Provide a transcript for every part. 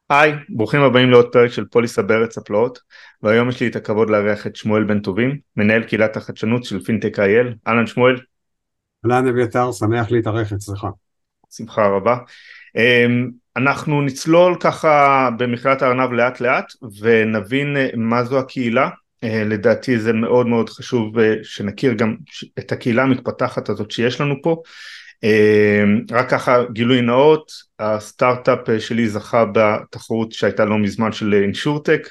היי, ברוכים הבאים לעוד פרק של פוליסה בארץ הפלאות, והיום יש לי את הכבוד לארח את שמואל בן טובים, מנהל קהילת החדשנות של פינטק IL. אהלן שמואל. אהלן אביתר, שמח להתארח אצלך. שמחה רבה. אנחנו נצלול ככה במכלת הארנב לאט לאט ונבין מה זו הקהילה. לדעתי זה מאוד מאוד חשוב שנכיר גם את הקהילה המתפתחת הזאת שיש לנו פה. רק ככה גילוי נאות, הסטארט-אפ שלי זכה בתחרות שהייתה לא מזמן של אינשורטק,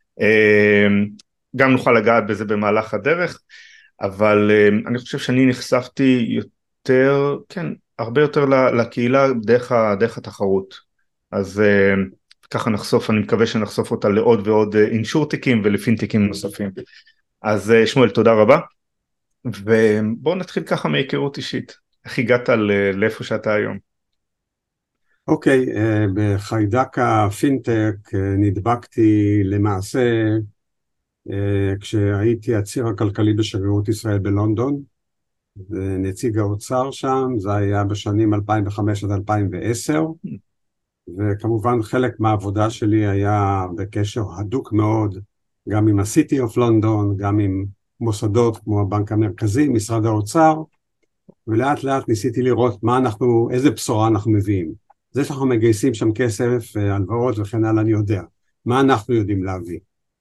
גם נוכל לגעת בזה במהלך הדרך, אבל אני חושב שאני נחשפתי יותר, כן, הרבה יותר לקהילה דרך התחרות, אז ככה נחשוף, אני מקווה שנחשוף אותה לעוד ועוד אינשורטקים ולפינטקים נוספים. אז שמואל, תודה רבה, ובואו נתחיל ככה מהיכרות אישית. איך הגעת לאיפה שאתה היום? אוקיי, בחיידק הפינטק נדבקתי למעשה כשהייתי הציר הכלכלי בשגרירות ישראל בלונדון, נציג האוצר שם, זה היה בשנים 2005 עד 2010, וכמובן חלק מהעבודה שלי היה בקשר הדוק מאוד, גם עם ה-City of London, גם עם מוסדות כמו הבנק המרכזי, משרד האוצר, ולאט לאט ניסיתי לראות איזה בשורה אנחנו מביאים. זה שאנחנו מגייסים שם כסף, הלוואות וכן הלאה, אני יודע. מה אנחנו יודעים להביא?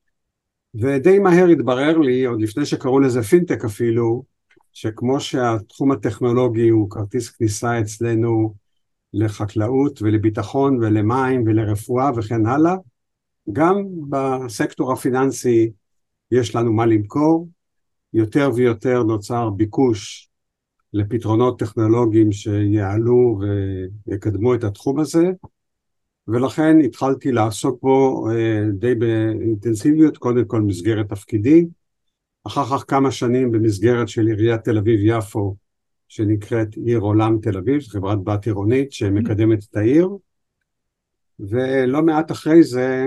ודי מהר התברר לי, עוד לפני שקראו לזה פינטק אפילו, שכמו שהתחום הטכנולוגי הוא כרטיס כניסה אצלנו לחקלאות ולביטחון ולמים ולרפואה וכן הלאה, גם בסקטור הפיננסי יש לנו מה למכור, יותר ויותר נוצר ביקוש לפתרונות טכנולוגיים שיעלו ויקדמו את התחום הזה, ולכן התחלתי לעסוק בו די באינטנסיביות, קודם כל מסגרת תפקידי, אחר כך כמה שנים במסגרת של עיריית תל אביב יפו, שנקראת עיר עולם תל אביב, חברת בת עירונית שמקדמת את העיר, ולא מעט אחרי זה,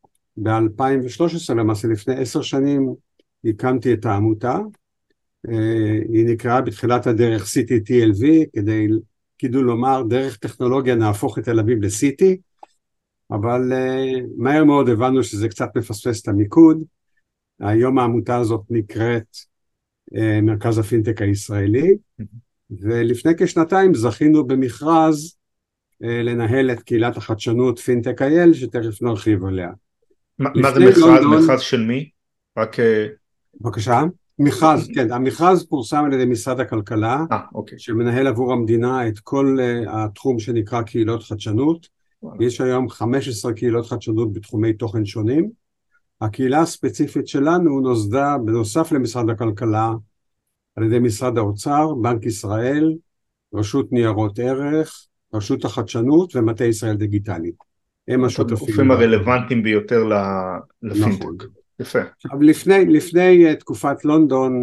ב-2013 למעשה לפני 10 שנים, הקמתי את העמותה, היא נקראה בתחילת הדרך CTTLV, כדי לומר דרך טכנולוגיה נהפוך את תל אביב לסיטי, אבל מהר מאוד הבנו שזה קצת מפספס את המיקוד. היום העמותה הזאת נקראת מרכז הפינטק הישראלי, ולפני כשנתיים זכינו במכרז לנהל את קהילת החדשנות פינטק IL, שתכף נרחיב עליה. מה זה מכרז? מכרז של מי? רק... בבקשה. מכרז, כן, המכרז פורסם על ידי משרד הכלכלה, אוקיי. שמנהל עבור המדינה את כל התחום שנקרא קהילות חדשנות. יש היום 15 קהילות חדשנות בתחומי תוכן שונים. הקהילה הספציפית שלנו נוסדה בנוסף למשרד הכלכלה, על ידי משרד האוצר, בנק ישראל, רשות ניירות ערך, רשות החדשנות ומטה ישראל דיגיטלית. הם השותפים. הגופים הרלוונטיים ביותר לפינטק. נכון. יפה. עכשיו, לפני תקופת לונדון,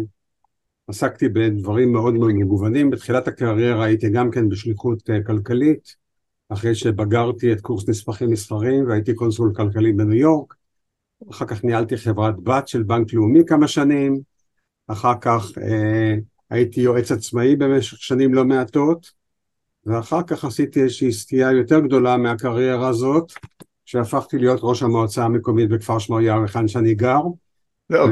עסקתי בדברים מאוד מאוד מגוונים. בתחילת הקריירה הייתי גם כן בשליחות כלכלית, אחרי שבגרתי את קורס נספחים מסחריים והייתי קונסול כלכלי בניו יורק. אחר כך ניהלתי חברת בת של בנק לאומי כמה שנים. אחר כך הייתי יועץ עצמאי במשך שנים לא מעטות. ואחר כך עשיתי איזושהי סטייה יותר גדולה מהקריירה הזאת, שהפכתי להיות ראש המועצה המקומית בכפר שמריהו, היכן שאני גר. לא,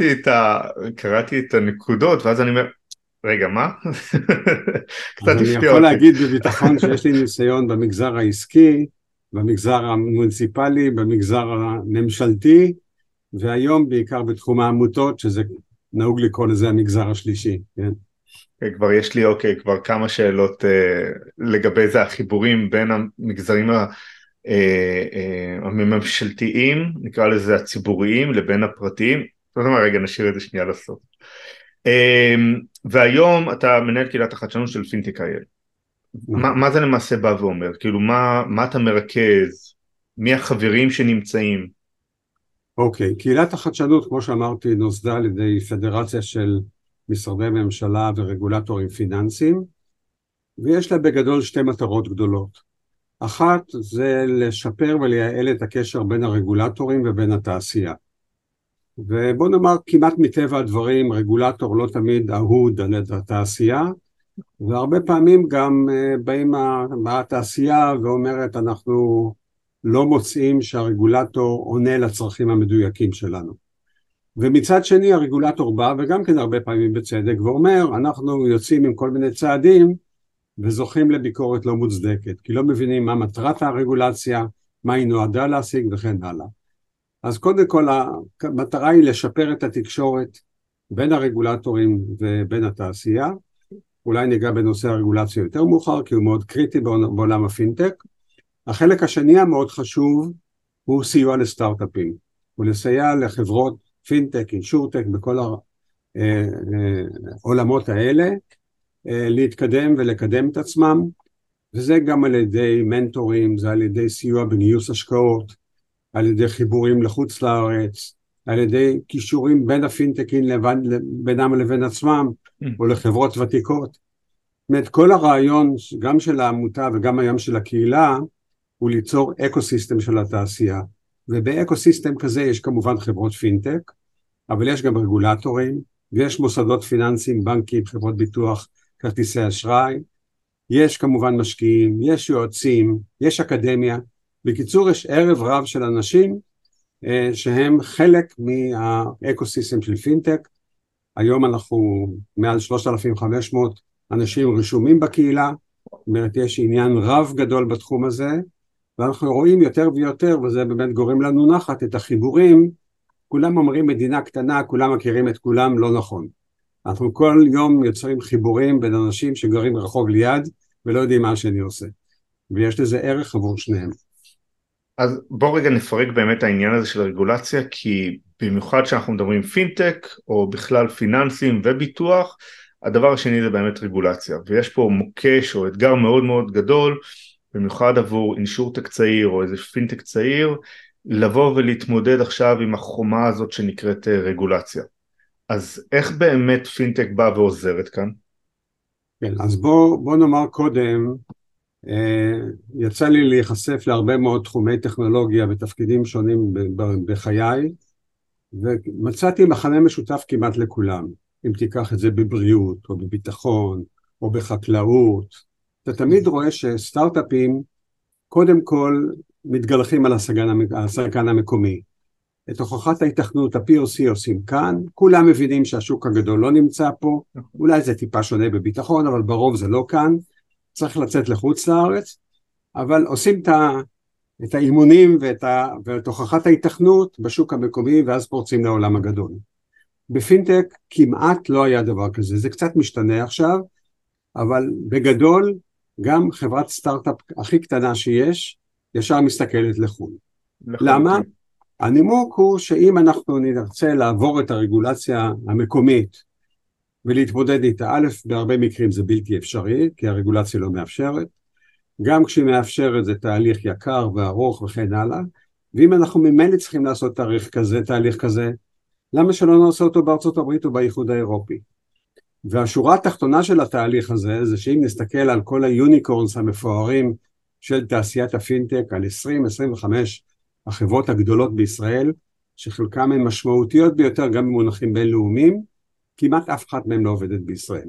קראתי את הנקודות, ואז אני אומר, רגע, מה? קצת הפתיע אותי. אני יכול להגיד בביטחון שיש לי ניסיון במגזר העסקי, במגזר המוניציפלי, במגזר הממשלתי, והיום בעיקר בתחום העמותות, שזה נהוג לקרוא לזה המגזר השלישי. כן? כבר יש לי, כבר כמה שאלות לגבי זה, החיבורים בין המגזרים הממשלתיים, נקרא לזה הציבוריים, לבין הפרטיים. זאת אומרת, רגע, נשאיר את זה שנייה לסוף. והיום אתה מנהל קהילת החדשנות של פינטק IL. מה זה למעשה בא ואומר? כאילו, מה אתה מרכז? מי החברים שנמצאים? אוקיי, קהילת החדשנות, כמו שאמרתי, נוסדה על ידי פדרציה של משרדי ממשלה ורגולטורים פיננסיים, ויש לה בגדול 2 מטרות גדולות. אחת זה לשפר ולייעל את הקשר בין הרגולטורים ובין התעשייה. ובוא נאמר, כמעט מטבע הדברים, רגולטור לא תמיד אהוד על התעשייה, והרבה פעמים גם באים התעשייה ואומרת, אנחנו לא מוצאים שהרגולטור עונה לצרכים המדויקים שלנו. ומצד שני הרגולטור בא, וגם כן הרבה פעמים בצדק, ואומר, אנחנו יוצאים עם כל מיני צעדים, וזוכים לביקורת לא מוצדקת, כי לא מבינים מה מטרת הרגולציה, מה היא נועדה להשיג וכן הלאה. אז קודם כל המטרה היא לשפר את התקשורת בין הרגולטורים ובין התעשייה, אולי ניגע בנושא הרגולציה יותר מאוחר, כי הוא מאוד קריטי בעולם הפינטק. החלק השני המאוד חשוב הוא סיוע לסטארט-אפים, הוא לסייע לחברות פינטק, אינשורטק, בכל העולמות האלה, להתקדם ולקדם את עצמם, וזה גם על ידי מנטורים, זה על ידי סיוע בגיוס השקעות, על ידי חיבורים לחוץ לארץ, על ידי קישורים בין הפינטקים בינם לבין עצמם, או לחברות ותיקות. זאת אומרת, כל הרעיון, גם של העמותה וגם היום של הקהילה, הוא ליצור אקוסיסטם של התעשייה. ובאקוסיסטם כזה יש כמובן חברות פינטק, אבל יש גם רגולטורים, ויש מוסדות פיננסיים, בנקים, חברות ביטוח, כרטיסי אשראי, יש כמובן משקיעים, יש יועצים, יש אקדמיה. בקיצור, יש ערב רב של אנשים שהם חלק מהאקוסיסטם של פינטק. היום אנחנו מעל 3,500 אנשים רשומים בקהילה, זאת אומרת, יש עניין רב גדול בתחום הזה, ואנחנו רואים יותר ויותר, וזה באמת גורם לנו נחת, את החיבורים. כולם אומרים מדינה קטנה, כולם מכירים את כולם, לא נכון. אנחנו כל יום יוצרים חיבורים בין אנשים שגרים רחוב ליד, ולא יודעים מה שאני עושה. ויש לזה ערך עבור שניהם. אז בוא רגע נפרק באמת העניין הזה של הרגולציה, כי במיוחד שאנחנו מדברים פינטק, או בכלל פיננסים וביטוח, הדבר השני זה באמת רגולציה, ויש פה מוקש או אתגר מאוד מאוד גדול, במיוחד עבור אינשורטק צעיר או איזה פינטק צעיר, לבוא ולהתמודד עכשיו עם החומה הזאת שנקראת רגולציה. אז איך באמת פינטק בא ועוזרת כאן? כן, אז בוא נאמר קודם, יצא לי להיחשף להרבה מאוד תחומי טכנולוגיה ותפקידים שונים בחיי, ומצאתי מחנה משותף כמעט לכולם. אם תיקח את זה בבריאות, או בביטחון, או בחקלאות, אתה תמיד רואה שסטארט-אפים, קודם כל, מתגלחים על הסגן המקומי. את הוכחת ההיתכנות, ה-POC עושים כאן, כולם מבינים שהשוק הגדול לא נמצא פה, אולי זה טיפה שונה בביטחון, אבל ברוב זה לא כאן, צריך לצאת לחוץ לארץ, אבל עושים את האימונים ואת הוכחת ההיתכנות בשוק המקומי, ואז פורצים לעולם הגדול. בפינטק כמעט לא היה דבר כזה, זה קצת משתנה עכשיו, אבל בגדול, גם חברת סטארט-אפ הכי קטנה שיש, ישר מסתכלת לחו"ל. למה? הנימוק הוא שאם אנחנו נרצה לעבור את הרגולציה המקומית, ולהתמודד איתה, א', בהרבה מקרים זה בלתי אפשרי, כי הרגולציה לא מאפשרת, גם כשהיא מאפשרת זה תהליך יקר וארוך וכן הלאה, ואם אנחנו ממילא צריכים לעשות תהליך כזה, למה שלא נעשה אותו בארצות הברית או באיחוד האירופי? והשורה התחתונה של התהליך הזה, זה שאם נסתכל על כל היוניקורנס המפוארים של תעשיית הפינטק, על 20-25 החברות הגדולות בישראל, שחלקם הן משמעותיות ביותר גם במונחים בינלאומיים, כמעט אף אחת מהם לא עובדת בישראל.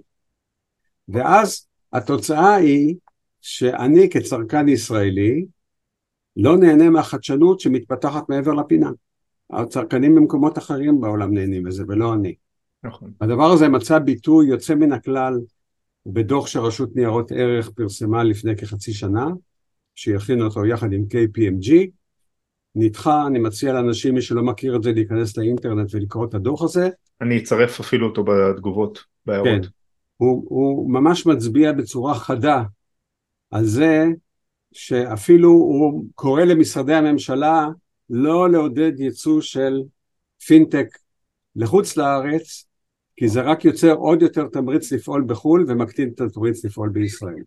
ואז התוצאה היא שאני כצרכן ישראלי לא נהנה מהחדשנות שמתפתחת מעבר לפינה. הצרכנים במקומות אחרים בעולם נהנים מזה ולא אני. נכון. הדבר הזה מצא ביטוי יוצא מן הכלל בדוח שרשות ניירות ערך פרסמה לפני כחצי שנה, שיכין אותו יחד עם KPMG, נדחה, אני מציע לאנשים, מי שלא מכיר את זה, להיכנס לאינטרנט ולקרוא את הדוח הזה. אני אצרף אפילו אותו בתגובות, בהערות. כן, הוא ממש מצביע בצורה חדה על זה, שאפילו הוא קורא למשרדי הממשלה לא לעודד ייצוא של פינטק לחוץ לארץ, כי זה רק יוצר עוד יותר תמריץ לפעול בחו"ל, ומקטין את התמריץ לפעול בישראל.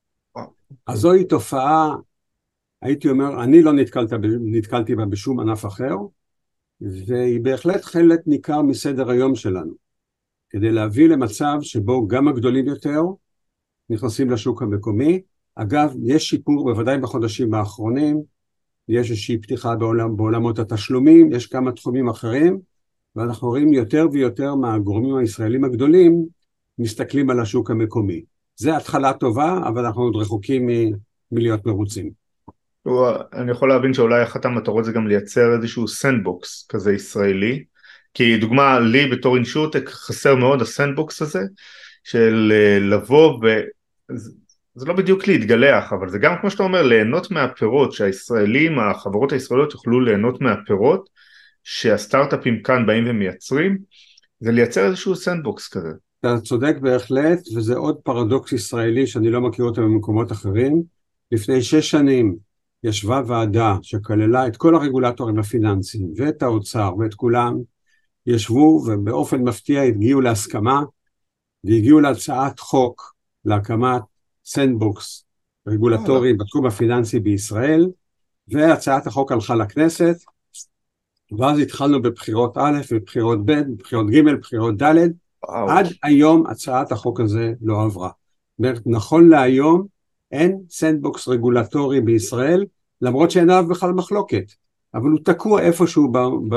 אז זוהי תופעה, הייתי אומר, אני לא נתקלתי בה בשום ענף אחר, והיא בהחלט חלק ניכר מסדר היום שלנו, כדי להביא למצב שבו גם הגדולים יותר נכנסים לשוק המקומי. אגב, יש שיפור בוודאי בחודשים האחרונים, יש איזושהי פתיחה בעולמות התשלומים, יש כמה תחומים אחרים, ואנחנו רואים יותר ויותר מהגורמים הישראלים הגדולים מסתכלים על השוק המקומי. זה התחלה טובה, אבל אנחנו עוד רחוקים מלהיות מרוצים. אני יכול להבין שאולי אחת המטרות זה גם לייצר איזשהו סנדבוקס כזה ישראלי, כי דוגמה לי בתור אינשורטק חסר מאוד הסנדבוקס הזה, של לבוא זה לא בדיוק להתגלח, אבל זה גם כמו שאתה אומר, ליהנות מהפירות, שהישראלים, החברות הישראליות יוכלו ליהנות מהפירות, שהסטארט-אפים כאן באים ומייצרים, זה לייצר איזשהו סנדבוקס כזה. אתה צודק בהחלט, וזה עוד פרדוקס ישראלי שאני לא מכיר אותו במקומות אחרים. לפני 6 שנים ישבה ועדה שכללה את כל הרגולטורים הפיננסיים ואת האוצר ואת כולם, ישבו ובאופן מפתיע הגיעו להסכמה, והגיעו להצעת חוק להקמת סנדבוקס רגולטורי בתחום הפיננסי בישראל, והצעת החוק הלכה לכנסת, ואז התחלנו בבחירות א', בבחירות ב', בבחירות ג', בבחירות ד', עד היום הצעת החוק הזה לא עברה. נכון להיום אין סנדבוקס רגולטורי בישראל, למרות שאין עליו בכלל מחלוקת, אבל הוא תקוע איפשהו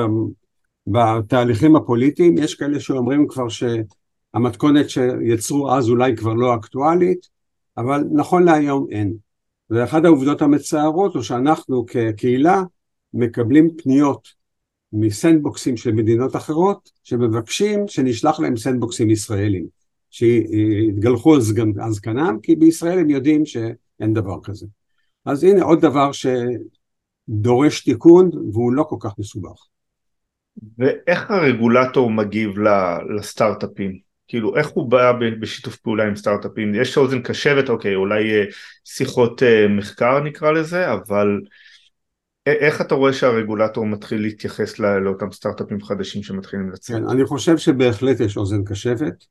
בתהליכים הפוליטיים. יש כאלה שאומרים כבר שהמתכונת שיצרו אז אולי כבר לא אקטואלית, אבל נכון להיום אין. ואחת העובדות המצערות הוא שאנחנו כקהילה מקבלים פניות מסנדבוקסים של מדינות אחרות, שמבקשים שנשלח להם סנדבוקסים ישראלים, שהתגלחו על זקנם, כי בישראל הם יודעים שאין דבר כזה. אז הנה עוד דבר שדורש תיקון, והוא לא כל כך מסובך. ואיך הרגולטור מגיב לסטארט-אפים? כאילו, איך הוא בא בשיתוף פעולה עם סטארט-אפים? יש אוזן קשבת, אוקיי, אולי שיחות מחקר נקרא לזה, אבל איך אתה רואה שהרגולטור מתחיל להתייחס לאותם סטארט-אפים חדשים שמתחילים לצאת? כן, אני חושב שבהחלט יש אוזן קשבת.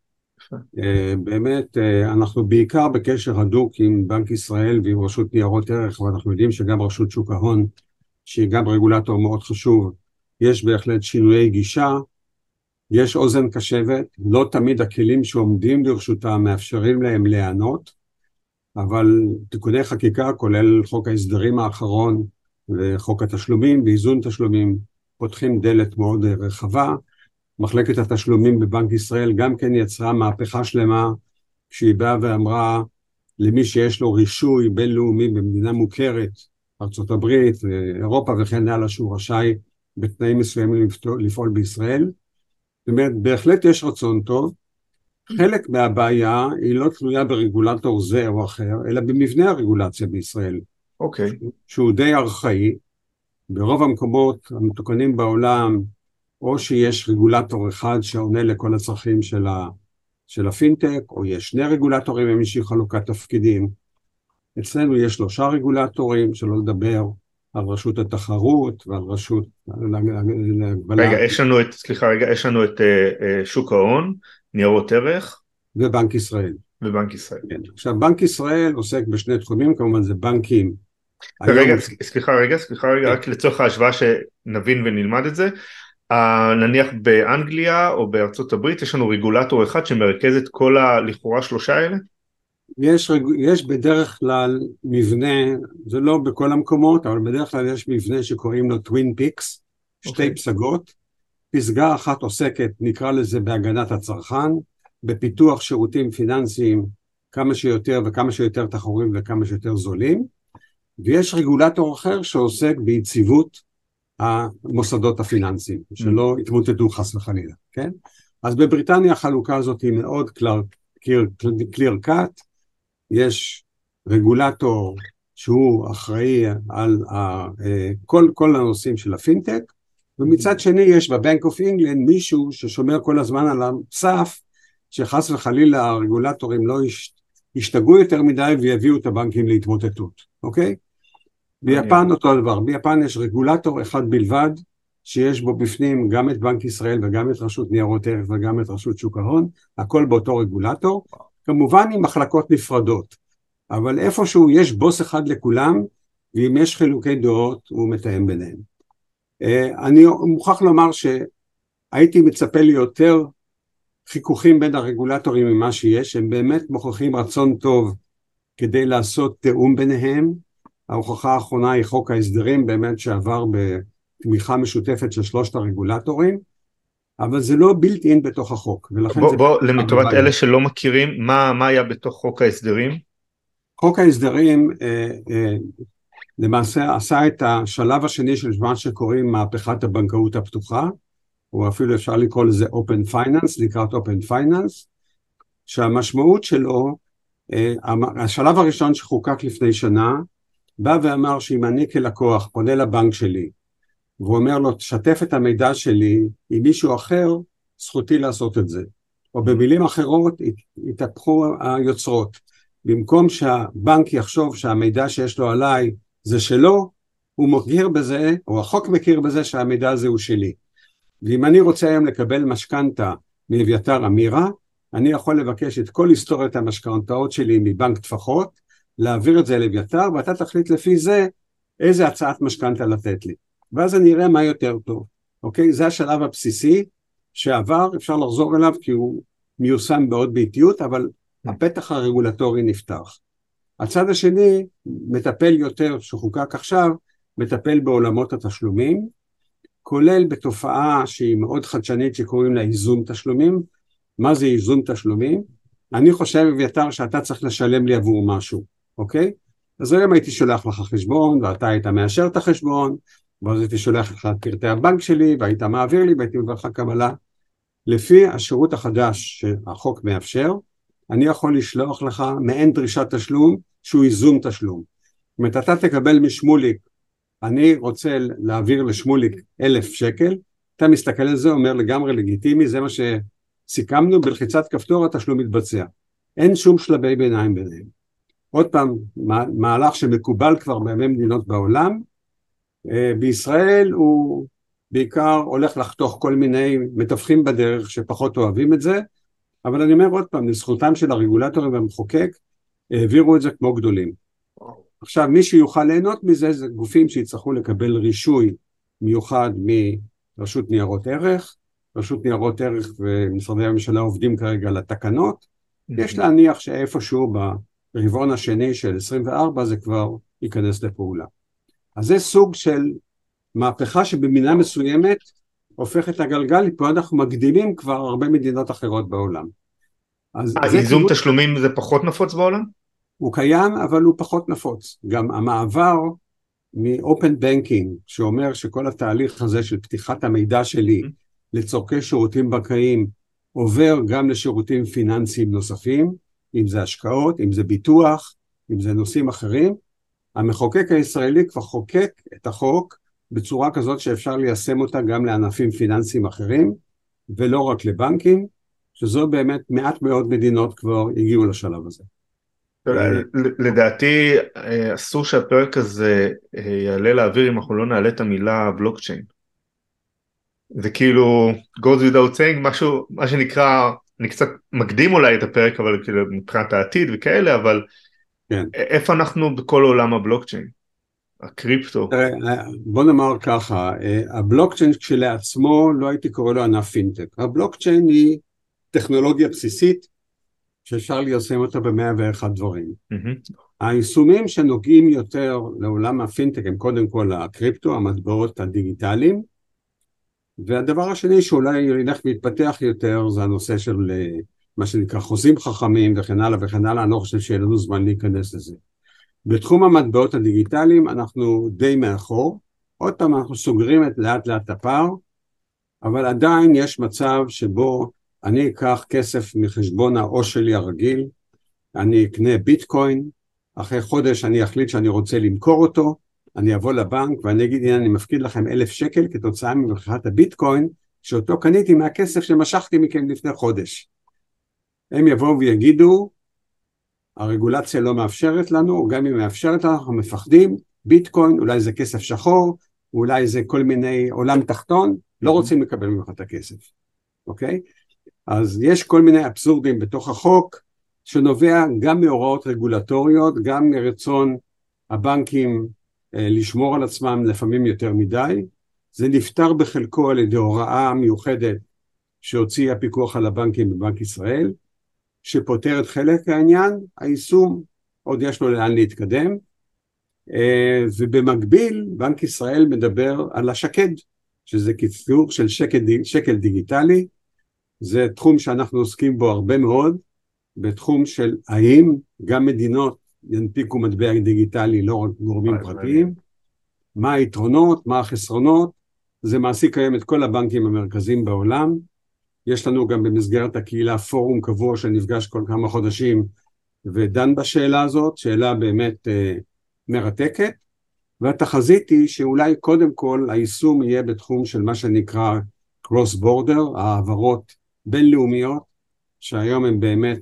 באמת, אנחנו בעיקר בקשר הדוק עם בנק ישראל ועם רשות ניירות ערך, ואנחנו יודעים שגם רשות שוק ההון, שהיא גם רגולטור מאוד חשוב, יש בהחלט שינויי גישה, יש אוזן קשבת, לא תמיד הכלים שעומדים לרשותם מאפשרים להם להיענות, אבל תיקוני חקיקה, כולל חוק ההסדרים האחרון, וחוק התשלומים, באיזון תשלומים, פותחים דלת מאוד רחבה. מחלקת התשלומים בבנק ישראל גם כן יצרה מהפכה שלמה, כשהיא באה ואמרה למי שיש לו רישוי בינלאומי במדינה מוכרת, ארצות הברית, אירופה וכן הלאה, שהוא רשאי בתנאים מסוימים לפעול בישראל. זאת אומרת, בהחלט יש רצון טוב. חלק מהבעיה היא לא תלויה ברגולטור זה או אחר, אלא במבנה הרגולציה בישראל. אוקיי. שהוא די ארכאי. ברוב המקומות המתוקנים בעולם, או שיש רגולטור אחד שעונה לכל הצרכים של הפינטק, או יש 2 רגולטורים עם איזושהי חלוקת תפקידים. אצלנו יש 3 רגולטורים, שלא לדבר על רשות התחרות ועל רשות... רגע, יש לנו את שוק ההון, ניירות ערך. ובנק ישראל. ובנק ישראל. כן. עכשיו, בנק ישראל עוסק ב2 תחומים, כמובן זה בנקים. סליחה רגע, רק לצורך ההשוואה שנבין ונלמד את זה. נניח באנגליה או בארצות הברית יש לנו רגולטור אחד שמרכז את כל לכאורה 3 האלה? יש בדרך כלל מבנה, זה לא בכל המקומות, אבל בדרך כלל יש מבנה שקוראים לו טווין פיקס, 2 פסגות. פסגה אחת עוסקת, נקרא לזה בהגנת הצרכן, בפיתוח שירותים פיננסיים כמה שיותר וכמה שיותר תחרותיים וכמה שיותר זולים, ויש רגולטור אחר שעוסק ביציבות המוסדות הפיננסיים, שלא יתמוטטו חס וחלילה, כן? אז בבריטניה החלוקה הזאת היא מאוד clear cut, יש רגולטור שהוא אחראי על כל הנושאים של הפינטק, ומצד שני יש בבנק אוף אינגלנד מישהו ששומר כל הזמן על הסף, שחס וחלילה הרגולטורים לא ישתגעו יותר מדי ויביאו את הבנקים להתמוטטות, אוקיי? ביפן אותו דבר, ביפן יש רגולטור אחד בלבד, שיש בו בפנים גם את בנק ישראל וגם את רשות ניירות ערך וגם את רשות שוק ההון, הכל באותו רגולטור, כמובן עם מחלקות נפרדות, אבל איפשהו יש בוס אחד לכולם, ואם יש חילוקי דעות הוא מתאם ביניהם. אני מוכרח לומר שהייתי מצפה לי יותר חיכוכים בין הרגולטורים ממה שיש, הם באמת מוכרחים רצון טוב כדי לעשות תאום ביניהם. ההוכחה האחרונה היא חוק ההסדרים, באמת שעבר בתמיכה משותפת של 3 הרגולטורים, אבל זה לא בילט אין בתוך החוק. בוא למטרת אלה שלא מכירים, מה היה בתוך חוק ההסדרים? חוק ההסדרים למעשה עשה את השלב השני של מה שקוראים מהפכת הבנקאות הפתוחה, או אפילו אפשר לקרוא לזה Open Finance, לקראת Open Finance, שהמשמעות שלו, השלב הראשון שחוקק לפני שנה, בא ואמר שאם אני כלקוח פונה לבנק שלי, והוא אומר לו, תשתף את המידע שלי עם מישהו אחר, זכותי לעשות את זה. או במילים אחרות, התהפכו היוצרות. במקום שהבנק יחשוב שהמידע שיש לו עליי זה שלו, הוא מכיר בזה, או החוק מכיר בזה שהמידע הזה הוא שלי. ואם אני רוצה היום לקבל משכנתה מאביתר אמירה, אני יכול לבקש את כל היסטוריית המשכנתאות שלי מבנק טפחות, להעביר את זה לאביתר, ואתה תחליט לפי זה איזה הצעת משכנתה לתת לי. ואז אני אראה מה יותר טוב. אוקיי? זה השלב הבסיסי שעבר, אפשר לחזור אליו כי הוא מיושם בעוד באיטיות, אבל הפתח הרגולטורי נפתח. הצד השני מטפל יותר, שחוקק עכשיו, מטפל בעולמות התשלומים, כולל בתופעה שהיא מאוד חדשנית שקוראים לה איזון תשלומים. מה זה איזון תשלומים? אני חושב אביתר שאתה צריך לשלם לי עבור משהו, אוקיי? אז היום הייתי שולח לך חשבון, ואתה היית מאשר את החשבון, ואז הייתי שולח לך את פרטי הבנק שלי, והיית מעביר לי, והייתי מביא לך קבלה. לפי השירות החדש שהחוק מאפשר, אני יכול לשלוח לך מעין דרישת תשלום, שהוא איזון תשלום. זאת אומרת, אתה תקבל משמוליק, אני רוצה להעביר לשמוליק 1,000 שקל, אתה מסתכל על זה, אומר לגמרי לגיטימי, זה מה שסיכמנו, בלחיצת כפתור התשלום מתבצע. אין שום שלבי ביניים ביניהם. עוד פעם, מהלך שמקובל כבר בהרבה מדינות בעולם, בישראל הוא בעיקר הולך לחתוך כל מיני מתווכים בדרך שפחות אוהבים את זה, אבל אני אומר עוד פעם, לזכותם של הרגולטורים והמחוקק, העבירו את זה כמו גדולים. עכשיו, מי שיוכל ליהנות מזה, זה גופים שיצטרכו לקבל רישוי מיוחד מרשות ניירות ערך, רשות ניירות ערך ומשרדי הממשלה עובדים כרגע לתקנות, יש להניח שאיפשהו ברבעון השני של 24 זה כבר ייכנס לפעולה. אז זה סוג של מהפכה שבמינה מסוימת הופך את הגלגל, פה אנחנו מקדימים כבר הרבה מדינות אחרות בעולם. איזון תשלומים זה פחות נפוץ בעולם? הוא קיים, אבל הוא פחות נפוץ. גם המעבר מ-open banking, שאומר שכל התהליך הזה של פתיחת המידע שלי לצורכי שירותים בנקאיים, עובר גם לשירותים פיננסיים נוספים, אם זה השקעות, אם זה ביטוח, אם זה נושאים אחרים. המחוקק הישראלי כבר חוקק את החוק בצורה כזאת שאפשר ליישם אותה גם לענפים פיננסיים אחרים, ולא רק לבנקים, שזו באמת מעט מאוד מדינות כבר הגיעו לשלב הזה. לדעתי אסור שהפרק הזה יעלה לאוויר אם אנחנו לא נעלה את המילה בלוקצ'יין. זה כאילו goes without saying, משהו, מה שנקרא, אני קצת מקדים אולי את הפרק, אבל כאילו מבחינת העתיד וכאלה, אבל כן. איפה אנחנו בכל עולם הבלוקצ'יין? הקריפטו. בוא נאמר ככה, הבלוקצ'יין כשלעצמו לא הייתי קורא לו ענף פינטק. הבלוקצ'יין היא טכנולוגיה בסיסית שאפשר ליישם אותה ב101 דברים. היישומים שנוגעים יותר לעולם הפינטק הם קודם כל הקריפטו, המטבעות הדיגיטליים, והדבר השני שאולי ילך ויתפתח יותר זה הנושא של מה שנקרא חוזים חכמים וכן הלאה וכן הלאה, אני לא חושב שיהיה לנו זמן להיכנס לזה. בתחום המטבעות הדיגיטליים אנחנו די מאחור, עוד פעם אנחנו סוגרים את לאט לאט הפער, אבל עדיין יש מצב שבו אני אקח כסף מחשבון העו"ש שלי הרגיל, אני אקנה ביטקוין, אחרי חודש אני אחליט שאני רוצה למכור אותו, אני אבוא לבנק ואני אגיד, הנה אני מפקיד לכם 1,000 שקל כתוצאה ממכירת הביטקוין, שאותו קניתי מהכסף שמשכתי מכם לפני חודש. הם יבואו ויגידו, הרגולציה לא מאפשרת לנו, או גם אם מאפשרת לנו, אנחנו מפחדים, ביטקוין, אולי זה כסף שחור, אולי זה כל מיני עולם תחתון, לא רוצים לקבל ממך את הכסף. אוקיי? אז יש כל מיני אבסורדים בתוך החוק, שנובע גם מהוראות רגולטוריות, גם מרצון הבנקים לשמור על עצמם לפעמים יותר מדי. זה נפתר בחלקו על ידי הוראה מיוחדת שהוציא הפיקוח על הבנקים בבנק ישראל, שפותרת חלק העניין, היישום עוד יש לו לאן להתקדם, ובמקביל בנק ישראל מדבר על השקד, שזה קיצור של שקל דיגיטלי, זה תחום שאנחנו עוסקים בו הרבה מאוד, בתחום של האם גם מדינות ינפיקו מטבע דיגיטלי, לא רק גורמים פרטיים, מעניין. מה היתרונות, מה החסרונות, זה מעסיק היום את כל הבנקים המרכזיים בעולם, יש לנו גם במסגרת הקהילה פורום קבוע שנפגש כל כמה חודשים, ודן בשאלה הזאת, שאלה באמת מרתקת, והתחזית היא שאולי קודם כל היישום יהיה בתחום של מה שנקרא cross border, העברות בינלאומיות, שהיום הן באמת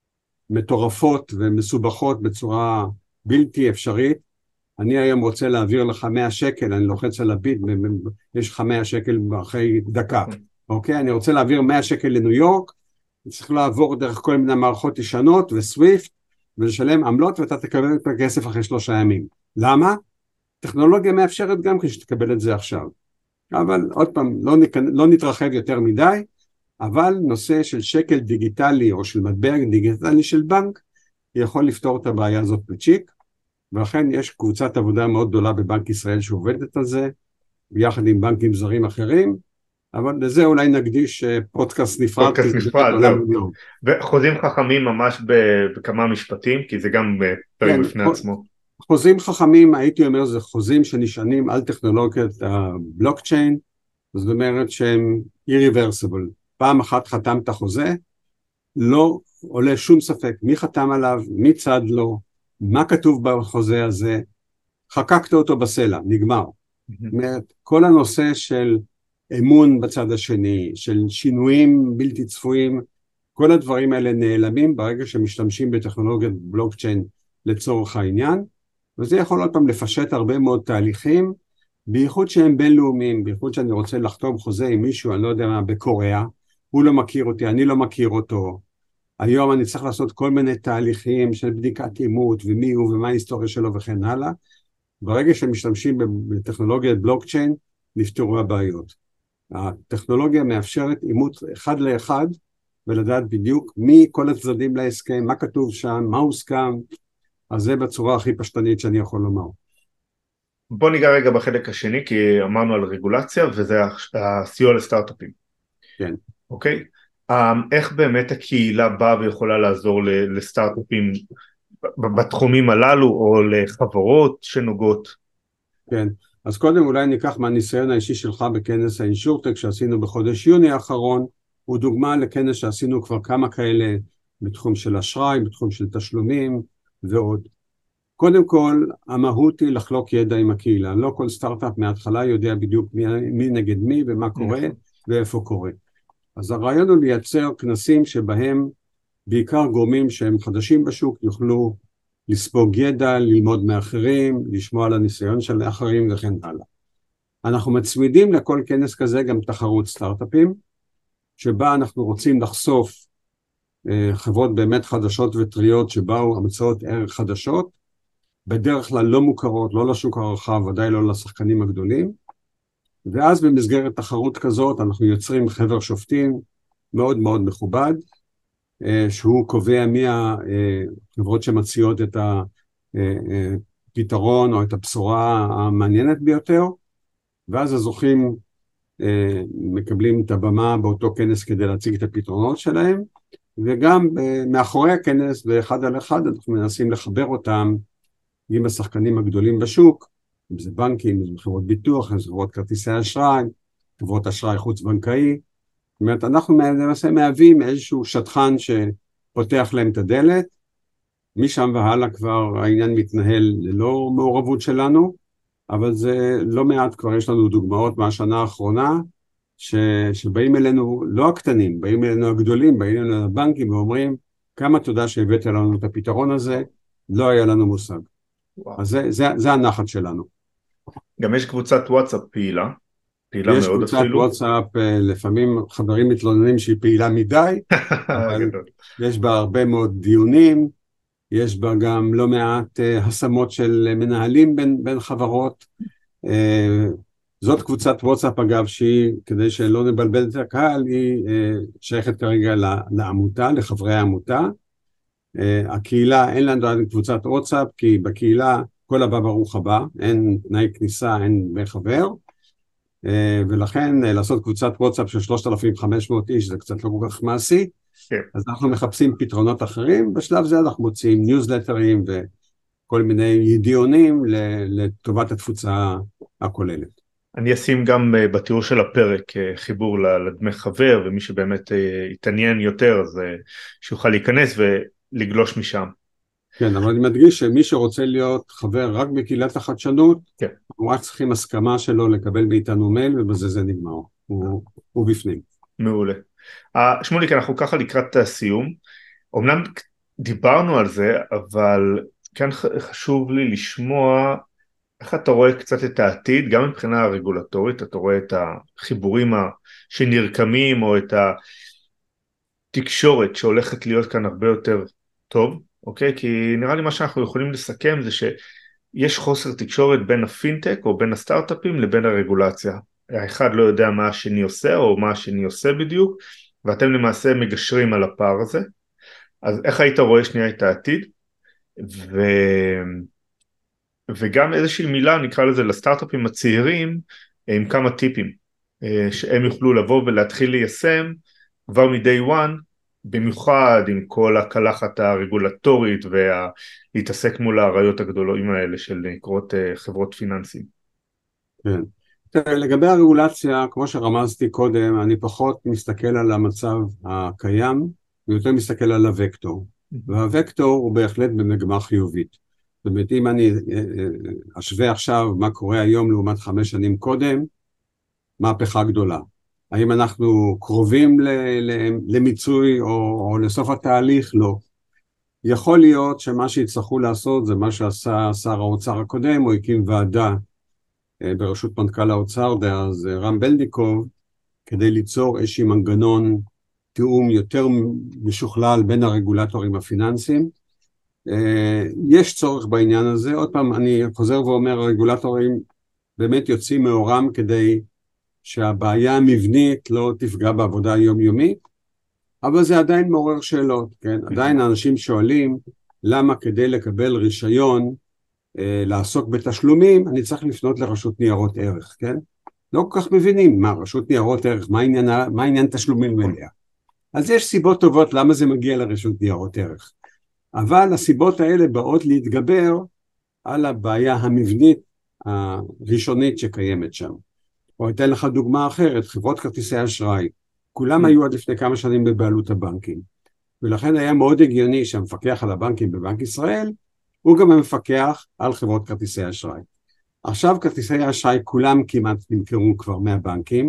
מטורפות ומסובכות בצורה בלתי אפשרית. אני היום רוצה להעביר לך 100 שקל, אני לוחץ על הביט, יש לך 100 שקל אחרי דקה, אוקיי? אני רוצה להעביר 100 שקל לניו יורק, צריך לעבור דרך כל מיני מערכות ישנות וסוויפט, ולשלם עמלות ואתה תקבל את הכסף אחרי 3 ימים. למה? טכנולוגיה מאפשרת גם כשתקבל את זה עכשיו. אבל עוד פעם, לא נתרחב יותר מדי, אבל נושא של שקל דיגיטלי או של מטבע דיגיטלי של בנק, יכול לפתור את הבעיה הזאת בצ'יק, ולכן יש קבוצת עבודה מאוד גדולה בבנק ישראל שעובדת על זה, ביחד עם בנקים זרים אחרים, אבל לזה אולי נקדיש פודקאסט נפרד. פודקאסט נפרד, זהו. וחוזים חכמים ממש בכמה משפטים, כי זה גם פרק בפני עצמו. חוזים חכמים, הייתי אומר, זה חוזים שנשענים על טכנולוגיית הבלוקצ'יין, זאת אומרת שהם irreversible. פעם אחת חתמת חוזה, לא עולה שום ספק מי חתם עליו, מי צד לו, מה כתוב בחוזה הזה, חקקת אותו בסלע, נגמר. זאת אומרת, כל הנושא של אמון בצד השני, של שינויים בלתי צפויים, כל הדברים האלה נעלמים ברגע שמשתמשים בטכנולוגיית בלוקצ'יין לצורך העניין, וזה יכול עוד פעם לפשט הרבה מאוד תהליכים, בייחוד שהם בינלאומיים, בייחוד שאני רוצה לחתום חוזה עם מישהו, אני לא יודע מה, בקוריאה, הוא לא מכיר אותי, אני לא מכיר אותו, היום אני צריך לעשות כל מיני תהליכים של בדיקת אימות, ומי הוא ומה ההיסטוריה שלו וכן הלאה, ברגע שמשתמשים בטכנולוגיית בלוקצ'יין, נפתרו הבעיות. הטכנולוגיה מאפשרת אימות אחד לאחד, ולדעת בדיוק מי כל הצדדים להסכם, מה כתוב שם, מה הוסכם, אז זה בצורה הכי פשטנית שאני יכול לומר. בוא ניגע רגע בחלק השני, כי אמרנו על רגולציה, וזה הסיוע לסטארט-אפים. כן. אוקיי? איך באמת הקהילה באה ויכולה לעזור לסטארט-אפים בתחומים הללו, או לחברות שנוגעות? כן, אז קודם אולי ניקח מהניסיון האישי שלך בכנס האינשורטק שעשינו בחודש יוני האחרון, הוא דוגמה לכנס שעשינו כבר כמה כאלה בתחום של אשראי, בתחום של תשלומים ועוד. קודם כל, המהות היא לחלוק ידע עם הקהילה. לא כל סטארט-אפ מההתחלה יודע בדיוק מי נגד מי ומה קורה ואיפה קורה. אז הרעיון הוא לייצר כנסים שבהם בעיקר גורמים שהם חדשים בשוק יוכלו לספוג ידע, ללמוד מאחרים, לשמוע על הניסיון של האחרים וכן הלאה. אנחנו מצמידים לכל כנס כזה גם תחרות סטארט-אפים, שבה אנחנו רוצים לחשוף חברות באמת חדשות וטריות שבאו המצאות ערך חדשות, בדרך כלל לא מוכרות, לא לשוק הרחב, ודאי לא לשחקנים הגדולים, ואז במסגרת תחרות כזאת אנחנו יוצרים חבר שופטים מאוד מאוד מכובד, שהוא קובע מי החברות שמציעות את הפתרון או את הבשורה המעניינת ביותר, ואז הזוכים מקבלים את הבמה באותו כנס כדי להציג את הפתרונות שלהם, וגם מאחורי הכנס באחד על אחד אנחנו מנסים לחבר אותם עם השחקנים הגדולים בשוק, אם זה בנקים, אם זה חברות ביטוח, אם זה חברות כרטיסי אשראי, חברות אשראי חוץ בנקאי, זאת אומרת, אנחנו למעשה מהווים איזשהו שטחן שפותח להם את הדלת, משם והלאה כבר העניין מתנהל ללא מעורבות שלנו, אבל זה לא מעט, כבר יש לנו דוגמאות מהשנה האחרונה, שבאים אלינו לא הקטנים, באים אלינו הגדולים, באים אלינו הבנקים ואומרים, כמה תודה שהבאת לנו את הפתרון הזה, לא היה לנו מושג. וואו. אז זה הנחת שלנו. גם יש קבוצת וואטסאפ פעילה מאוד אפילו. יש קבוצת וואטסאפ, לפעמים חברים מתלוננים שהיא פעילה מדי, אבל יש בה הרבה מאוד דיונים, יש בה גם לא מעט השמות של מנהלים בין חברות. זאת קבוצת וואטסאפ אגב שהיא, כדי שלא נבלבל את הקהל, היא שייכת כרגע לעמותה, לחברי העמותה. הקהילה, אין לנו קבוצת וואטסאפ, כי בקהילה כל הבא ברוך הבא, אין תנאי כניסה, אין בחבר, ולכן לעשות קבוצת וואטסאפ של 3,500 איש זה קצת לא כל כך מעשי, אז אנחנו מחפשים פתרונות אחרים, בשלב זה אנחנו מוצאים ניוזלטרים כל מיני ידיעונים לטובת התפוצה הכוללת. אני אשים גם בתיאור של הפרק חיבור לדמי חבר, ומי שבאמת יתעניין יותר, אז שיוכל להיכנס ולגלוש משם. כן, אבל אני מדגיש שמי שרוצה להיות חבר רק בקהילת החדשנות, כן. הוא רק צריכים הסכמה שלו לקבל מאיתנו מייל, ובזה זה נגמר. הוא בפנים. מעולה. שמוליק, אנחנו ככה לקראת הסיום. אומנם דיברנו על זה, אבל כן חשוב לי לשמוע איך אתה רואה קצת את העתיד, גם מבחינה הרגולטורית, אתה רואה את החיבורים שנרקמים, או את התקשורת שהולכת להיות כאן הרבה יותר טוב, אוקיי? כי נראה לי מה שאנחנו יכולים לסכם זה שיש חוסר תקשורת בין הפינטק או בין הסטארט-אפים לבין הרגולציה. האחד לא יודע מה השני עושה או מה השני עושה בדיוק, ואתם למעשה מגשרים על הפער הזה. אז איך היית רואה שנייה את העתיד? וגם איזושהי מילה, נקרא לזה לסטארט-אפים הצעירים, עם כמה טיפים, שהם יוכלו לבוא ולהתחיל ליישם כבר מ-day one, במיוחד עם כל הקלחת הרגולטורית ולהתעסק מול העריות הגדולים האלה של נקראות חברות פיננסים. כן. לגבי הרגולציה, כמו שרמזתי קודם, אני פחות מסתכל על המצב הקיים, ויותר מסתכל על הוקטור. והוקטור הוא בהחלט במגמה חיובית. זאת אומרת, אם אני אשווה עכשיו מה קורה היום לעומת 5 שנים קודם, מהפכה גדולה. האם אנחנו קרובים למיצוי או לסוף התהליך? לא. יכול להיות שמה שיצטרכו לעשות זה מה שעשה שר האוצר הקודם, הוא הקים ועדה בראשות מנכ"ל האוצר דאז רם בלניקוב, כדי ליצור איזשהו מנגנון תיאום יותר משוכלל בין הרגולטורים הפיננסיים. יש צורך בעניין הזה. עוד פעם, אני חוזר ואומר, הרגולטורים באמת יוצאים מאורם כדי שהבעיה המבנית לא תפגע בעבודה היומיומית, אבל זה עדיין מעורר שאלות, כן? עדיין האנשים שואלים, למה כדי לקבל רישיון לעסוק בתשלומים, אני צריך לפנות לרשות ניירות ערך, כן? לא כל כך מבינים מה רשות ניירות ערך, מה עניין תשלומים אליה. אז יש סיבות טובות למה זה מגיע לרשות ניירות ערך. אבל הסיבות האלה באות להתגבר על הבעיה המבנית הראשונית שקיימת שם. או אתן לך דוגמה אחרת, חברות כרטיסי אשראי. כולם היו עד לפני כמה שנים בבעלות הבנקים. ולכן היה מאוד הגיוני שהמפקח על הבנקים בבנק ישראל, הוא גם המפקח על חברות כרטיסי אשראי. עכשיו כרטיסי האשראי כולם כמעט נמכרו כבר מהבנקים,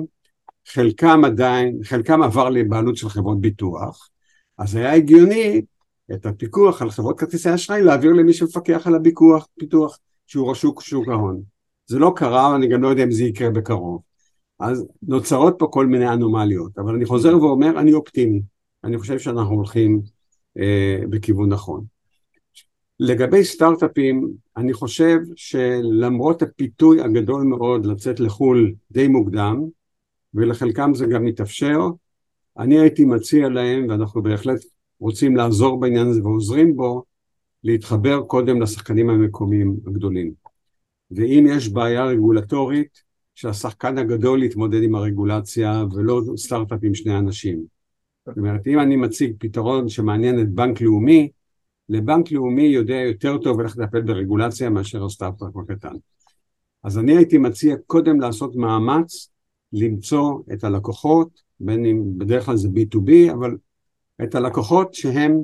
חלקם עבר לבעלות של חברות ביטוח, אז היה הגיוני את הפיקוח על חברות כרטיסי אשראי להעביר למי שמפקח על הפיתוח, שהוא רשות שוק ההון. זה לא קרה, ואני גם לא יודע אם זה יקרה בקרוב. אז נוצרות פה כל מיני אנומליות, אבל אני חוזר ואומר, אני אופטימי. אני חושב שאנחנו הולכים בכיוון נכון. לגבי סטארט-אפים, אני חושב שלמרות הפיתוי הגדול מאוד לצאת לחול די מוקדם, ולחלקם זה גם מתאפשר, אני הייתי מציע להם, ואנחנו בהחלט רוצים לעזור בעניין הזה ועוזרים בו, להתחבר קודם לשחקנים המקומיים הגדולים. ואם יש בעיה רגולטורית, שהשחקן הגדול יתמודד עם הרגולציה, ולא סטארט-אפ עם 2 אנשים. זאת אומרת, אם אני מציג פתרון שמעניין את בנק לאומי, לבנק לאומי יודע יותר טוב איך לטפל ברגולציה מאשר הסטארט-אפ הקטן. אז אני הייתי מציע קודם לעשות מאמץ, למצוא את הלקוחות, בין אם בדרך כלל זה B2B, אבל את הלקוחות שהם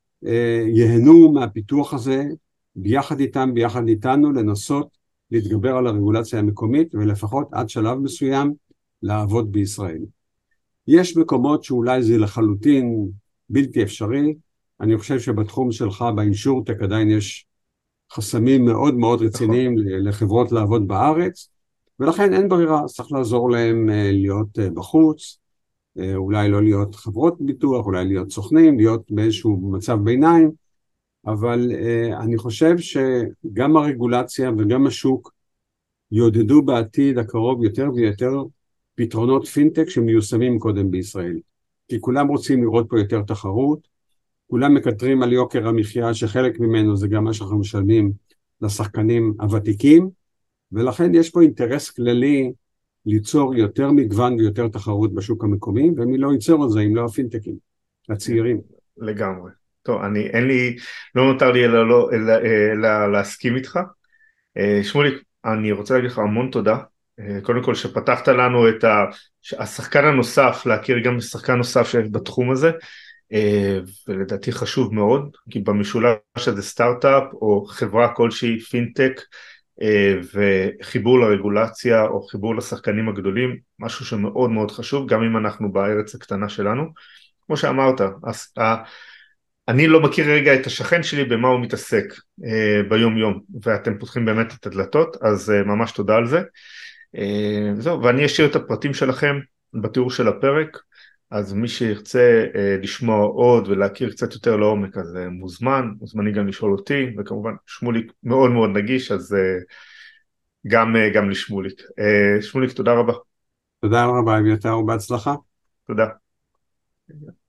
יהנו מהפיתוח הזה, ביחד איתם, ביחד איתנו, לנסות להתגבר על הרגולציה המקומית, ולפחות עד שלב מסוים לעבוד בישראל. יש מקומות שאולי זה לחלוטין בלתי אפשרי, אני חושב שבתחום שלך, באינשורטק, עדיין יש חסמים מאוד מאוד רציניים לחברות לעבוד בארץ, ולכן אין ברירה, צריך לעזור להם להיות בחוץ, אולי לא להיות חברות ביטוח, אולי להיות סוכנים, להיות באיזשהו מצב ביניים, אבל אני חושב שגם הרגולציה וגם השוק יעודדו בעתיד הקרוב יותר ויותר פתרונות פינטק שמיושמים קודם בישראל. כי כולם רוצים לראות פה יותר תחרות, כולם מקטרים על יוקר המחיה שחלק ממנו זה גם מה שאנחנו משלמים לשחקנים הוותיקים, ולכן יש פה אינטרס כללי ליצור יותר מגוון ויותר תחרות בשוק המקומי, ומי לא ייצור את זה אם לא הפינטקים, הצעירים. לגמרי. טוב, לא נותר לי אלא להסכים איתך. שמוליק, אני רוצה להגיד לך המון תודה. קודם כל שפתחת לנו השחקן הנוסף, להכיר גם שחקן נוסף שיש בתחום הזה, ולדעתי חשוב מאוד, כי במשולש הזה סטארט-אפ או חברה כלשהי, פינטק, וחיבור לרגולציה או חיבור לשחקנים הגדולים, משהו שמאוד מאוד חשוב, גם אם אנחנו בארץ הקטנה שלנו. כמו שאמרת, אני לא מכיר רגע את השכן שלי במה הוא מתעסק ביום יום, ואתם פותחים באמת את הדלתות, אז ממש תודה על זה. זהו, ואני אשאיר את הפרטים שלכם בתיאור של הפרק, אז מי שירצה לשמוע עוד ולהכיר קצת יותר לעומק, אז מוזמני גם לשאול אותי, וכמובן שמוליק מאוד מאוד נגיש, אז גם לשמוליק. שמוליק, תודה רבה. תודה רבה, אביתר, ובהצלחה. תודה.